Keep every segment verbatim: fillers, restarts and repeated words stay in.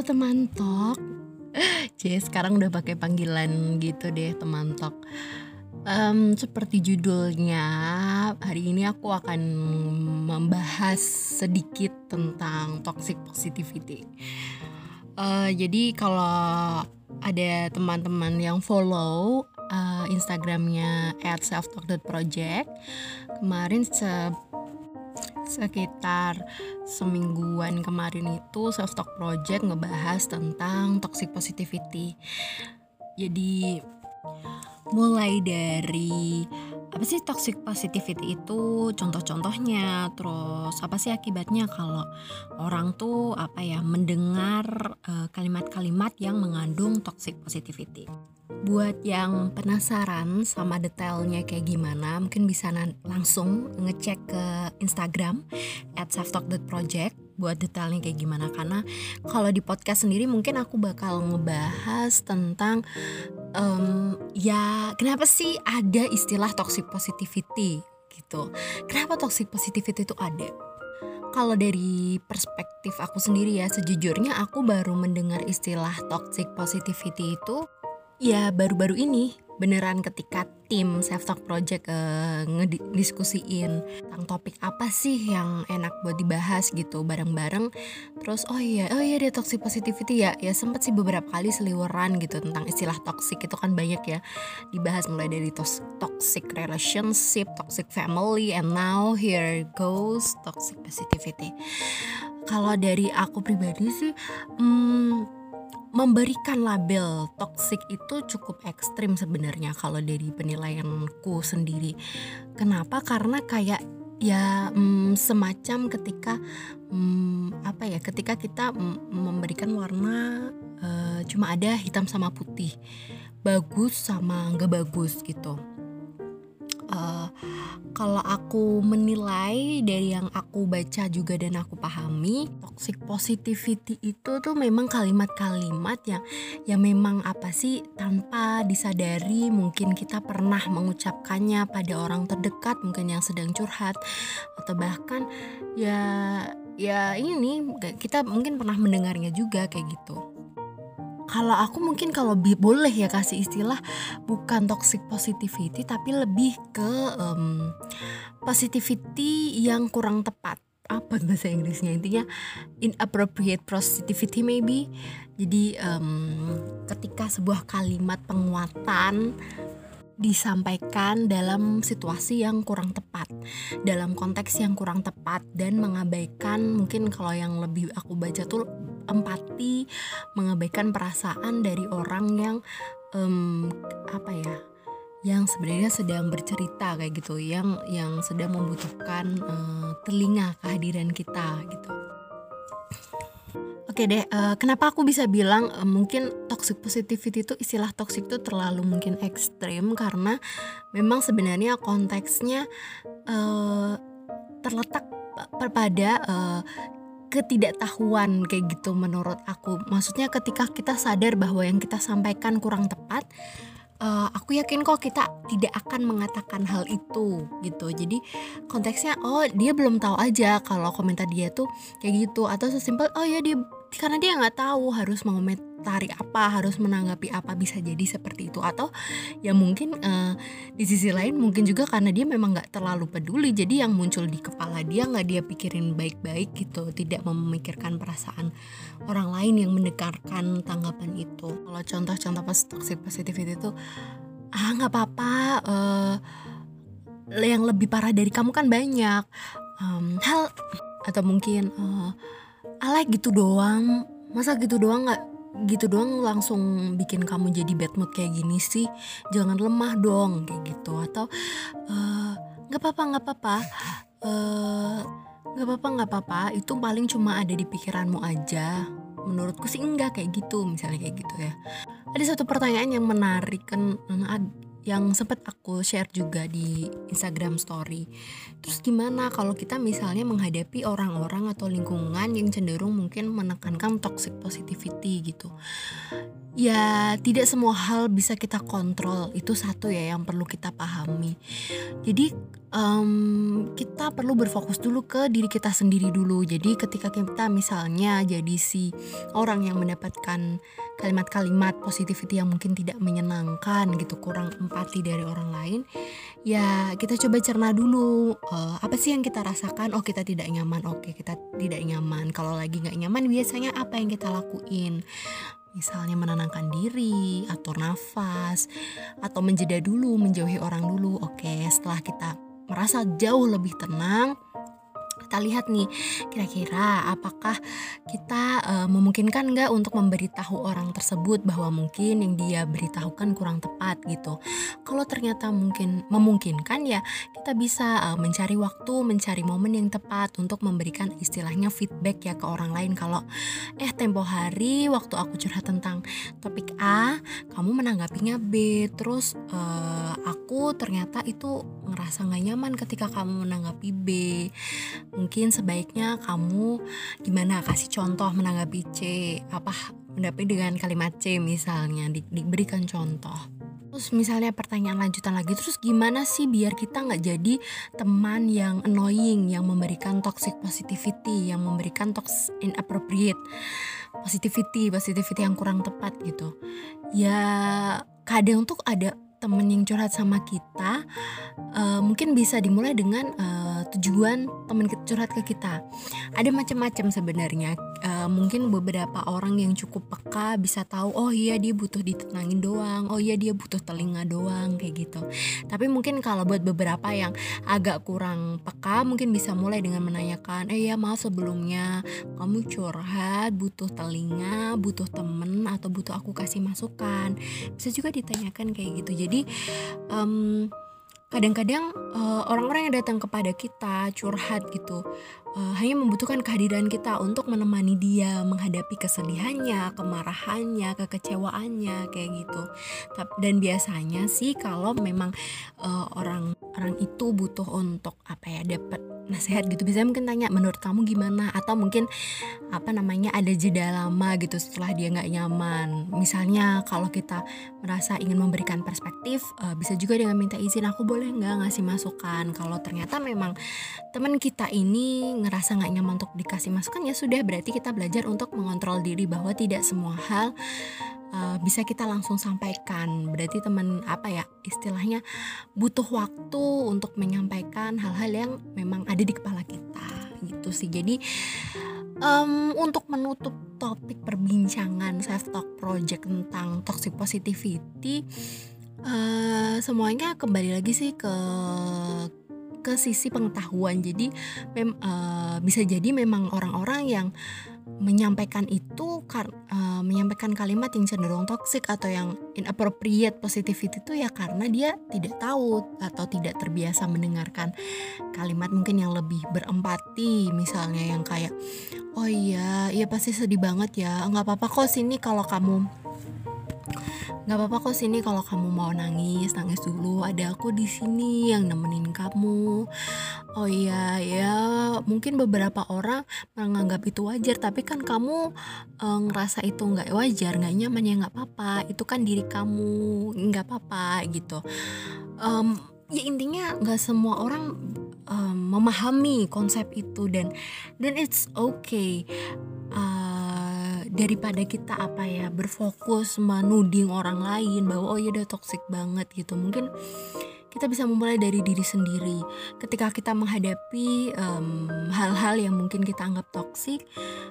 Halo teman talk. Cie sekarang udah pakai panggilan gitu deh teman talk. Em, seperti judulnya, hari ini aku akan membahas sedikit tentang toxic positivity. Uh, jadi kalau ada teman-teman yang follow uh, Instagramnya at selftalk dot project, kemarin se- sekitar semingguan kemarin itu Self-Talk Project ngebahas tentang toxic positivity. Jadi mulai dari apa sih toxic positivity itu, contoh-contohnya, terus apa sih akibatnya kalau orang tuh apa ya mendengar uh, kalimat-kalimat yang mengandung toxic positivity. Buat yang penasaran sama detailnya kayak gimana, mungkin bisa na- langsung ngecek ke Instagram at selftalk dot project buat detailnya kayak gimana. Karena kalau di podcast sendiri mungkin aku bakal ngebahas tentang um, ya kenapa sih ada istilah toxic positivity gitu. Kenapa toxic positivity itu ada? Kalau dari perspektif aku sendiri ya, sejujurnya aku baru mendengar istilah toxic positivity itu ya baru-baru ini, beneran ketika tim Self-Talk Project uh, ngediskusiin tentang topik apa sih yang enak buat dibahas gitu bareng-bareng. Terus oh iya, oh iya ada toxic positivity ya. Ya sempet sih beberapa kali seliweran gitu tentang istilah toxic itu kan banyak ya dibahas, mulai dari tos- toxic relationship, toxic family, and now here goes toxic positivity. Kalau dari aku pribadi sih, hmm, memberikan label toxic itu cukup ekstrim sebenarnya kalau dari penilaianku sendiri. Kenapa? Karena kayak ya hmm, semacam ketika hmm, apa ya ketika kita hmm, memberikan warna uh, cuma ada hitam sama putih, bagus sama nggak bagus gitu. Uh, kalau aku menilai dari yang aku baca juga dan aku pahami, toxic positivity itu tuh memang kalimat-kalimat yang ya memang apa sih tanpa disadari mungkin kita pernah mengucapkannya pada orang terdekat mungkin yang sedang curhat, atau bahkan ya ya ini kita mungkin pernah mendengarnya juga kayak gitu. Kalau aku mungkin kalau bi- boleh ya kasih istilah, bukan toxic positivity tapi lebih ke um, positivity yang kurang tepat. Apa bahasa Inggrisnya, intinya inappropriate positivity maybe. Jadi um, ketika sebuah kalimat penguatan disampaikan dalam situasi yang kurang tepat, dalam konteks yang kurang tepat, dan mengabaikan mungkin kalau yang lebih aku baca tuh empati, mengabaikan perasaan dari orang yang um, apa ya yang sebenarnya sedang bercerita kayak gitu, yang yang sedang membutuhkan uh, telinga kehadiran kita gitu. Oke deh, uh, kenapa aku bisa bilang uh, mungkin toxic positivity itu istilah toxic itu terlalu mungkin ekstrim, karena memang sebenarnya konteksnya uh, terletak pada uh, ketidaktahuan kayak gitu menurut aku. Maksudnya ketika kita sadar bahwa yang kita sampaikan kurang tepat, Uh, aku yakin kok kita tidak akan mengatakan hal itu gitu. Jadi konteksnya oh dia belum tahu aja kalau komentar dia tuh kayak gitu, atau sesimpel oh ya dia karena dia nggak tahu harus mengomentari apa, harus menanggapi apa, bisa jadi seperti itu. Atau ya mungkin uh, di sisi lain mungkin juga karena dia memang nggak terlalu peduli, jadi yang muncul di kepala dia nggak dia pikirin baik-baik gitu, tidak memikirkan perasaan orang lain yang mendengarkan tanggapan itu. Kalau contoh-contoh pas toxic positivity itu, ah nggak apa-apa, uh, yang lebih parah dari kamu kan banyak, um, hal atau mungkin uh, ala gitu doang, masa gitu doang nggak gitu doang langsung bikin kamu jadi bad mood kayak gini sih, jangan lemah dong kayak gitu. Atau nggak uh, apa-apa nggak apa-apa uh, nggak apa-apa nggak apa-apa itu paling cuma ada di pikiranmu aja. Menurutku sih enggak kayak gitu, misalnya kayak gitu ya. Ada satu pertanyaan yang menarik kan, yang sempat aku share juga di Instagram story. Terus gimana kalau kita misalnya menghadapi orang-orang atau lingkungan yang cenderung mungkin menekankan toxic positivity gitu. Ya tidak semua hal bisa kita kontrol, itu satu ya yang perlu kita pahami. Jadi um, kita perlu berfokus dulu ke diri kita sendiri dulu. Jadi ketika kita misalnya jadi si orang yang mendapatkan kalimat-kalimat positivity yang mungkin tidak menyenangkan gitu, kurang empati dari orang lain, ya kita coba cerna dulu, uh, apa sih yang kita rasakan. Oh kita tidak nyaman, oke kita tidak nyaman. Kalau lagi gak nyaman biasanya apa yang kita lakuin? Misalnya menenangkan diri, atur nafas, atau menjeda dulu, menjauhi orang dulu. Oke, setelah kita merasa jauh lebih tenang, kita lihat nih kira-kira apakah kita uh, memungkinkan nggak untuk memberitahu orang tersebut bahwa mungkin yang dia beritahukan kurang tepat gitu. Kalau ternyata mungkin memungkinkan, ya kita bisa uh, mencari waktu, mencari momen yang tepat untuk memberikan istilahnya feedback ya ke orang lain. Kalau eh tempo hari waktu aku curhat tentang topik A, kamu menanggapinya B, terus uh, aku ternyata itu ngerasa nggak nyaman ketika kamu menanggapi B. Mungkin sebaiknya kamu gimana, kasih contoh menanggapi C, apa menanggapi dengan kalimat C misalnya, di, diberikan contoh. Terus misalnya pertanyaan lanjutan lagi, terus gimana sih biar kita gak jadi teman yang annoying, yang memberikan toxic positivity, yang memberikan toxic inappropriate positivity, positivity yang kurang tepat gitu. Ya kadang tuh ada temen yang curhat sama kita, uh, mungkin bisa dimulai dengan uh, tujuan temen curhat ke kita. Ada macam-macam sebenarnya. Uh, mungkin beberapa orang yang cukup peka bisa tahu, oh iya dia butuh ditenangin doang, oh iya dia butuh telinga doang, kayak gitu. Tapi mungkin kalau buat beberapa yang agak kurang peka, mungkin bisa mulai dengan menanyakan, eh ya maaf sebelumnya, kamu curhat butuh telinga, butuh temen, atau butuh aku kasih masukan. Bisa juga ditanyakan kayak gitu. Jadi Jadi um, kadang-kadang uh, orang-orang yang datang kepada kita curhat gitu uh, hanya membutuhkan kehadiran kita untuk menemani dia menghadapi kesedihannya, kemarahannya, kekecewaannya kayak gitu. Dan biasanya sih kalau memang uh, orang orang itu butuh untuk apa ya, dapat nasihat gitu, bisa mungkin tanya menurut kamu gimana, atau mungkin apa namanya ada jeda lama gitu setelah dia nggak nyaman. Misalnya kalau kita merasa ingin memberikan perspektif, uh, bisa juga dengan minta izin, aku boleh nggak ngasih masukan. Kalau ternyata memang teman kita ini ngerasa nggak nyaman untuk dikasih masukan, ya sudah, berarti kita belajar untuk mengontrol diri bahwa tidak semua hal uh, bisa kita langsung sampaikan. Berarti teman apa ya istilahnya butuh waktu untuk menyampaikan hal-hal yang memang ada di kepala kita gitu sih. Jadi um, untuk menutup topik perbincangan self talk project tentang toxic positivity, uh, semuanya kembali lagi sih ke ke sisi pengetahuan. Jadi mem, uh, bisa jadi memang orang-orang yang menyampaikan itu kar- uh, menyampaikan kalimat yang cenderung toksik atau yang inappropriate positivity itu ya karena dia tidak tahu atau tidak terbiasa mendengarkan kalimat mungkin yang lebih berempati, misalnya yang kayak, oh iya, iya pasti sedih banget ya, nggak apa-apa kok sini kalau kamu Gak apa-apa kok sini kalau kamu mau nangis, nangis dulu, ada aku di sini yang nemenin kamu. Oh iya ya, mungkin beberapa orang menganggap itu wajar, tapi kan kamu e, ngerasa itu nggak wajar, nggak nyaman, ya nggak apa-apa, itu kan diri kamu, nggak apa-apa gitu. Um, ya intinya nggak semua orang um, memahami konsep itu, dan dan it's okay. Uh, daripada kita apa ya berfokus menuding orang lain bahwa oh ya udah toksik banget gitu, mungkin kita bisa memulai dari diri sendiri. Ketika kita menghadapi um, hal-hal yang mungkin kita anggap toksik,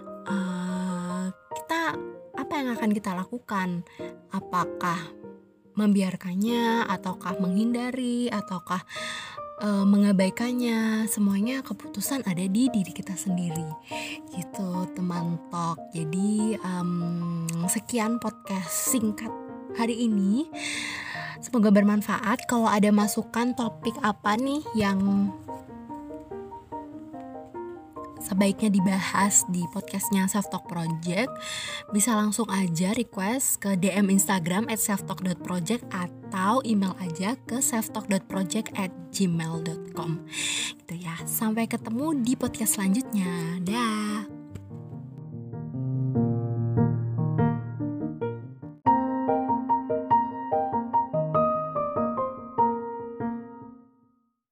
uh, kita apa yang akan kita lakukan? Apakah membiarkannya, ataukah menghindari, ataukah uh, mengabaikannya? Semuanya keputusan ada di diri kita sendiri gitu teman talk. Jadi um, sekian podcast singkat hari ini, semoga bermanfaat. Kalau ada masukan topik apa nih yang sebaiknya dibahas di podcastnya Self Talk Project, bisa langsung aja request ke D M Instagram at selftalk dot project atau email aja ke selftalk dot project at gmail dot com gitu ya. Sampai ketemu di podcast selanjutnya. Dah.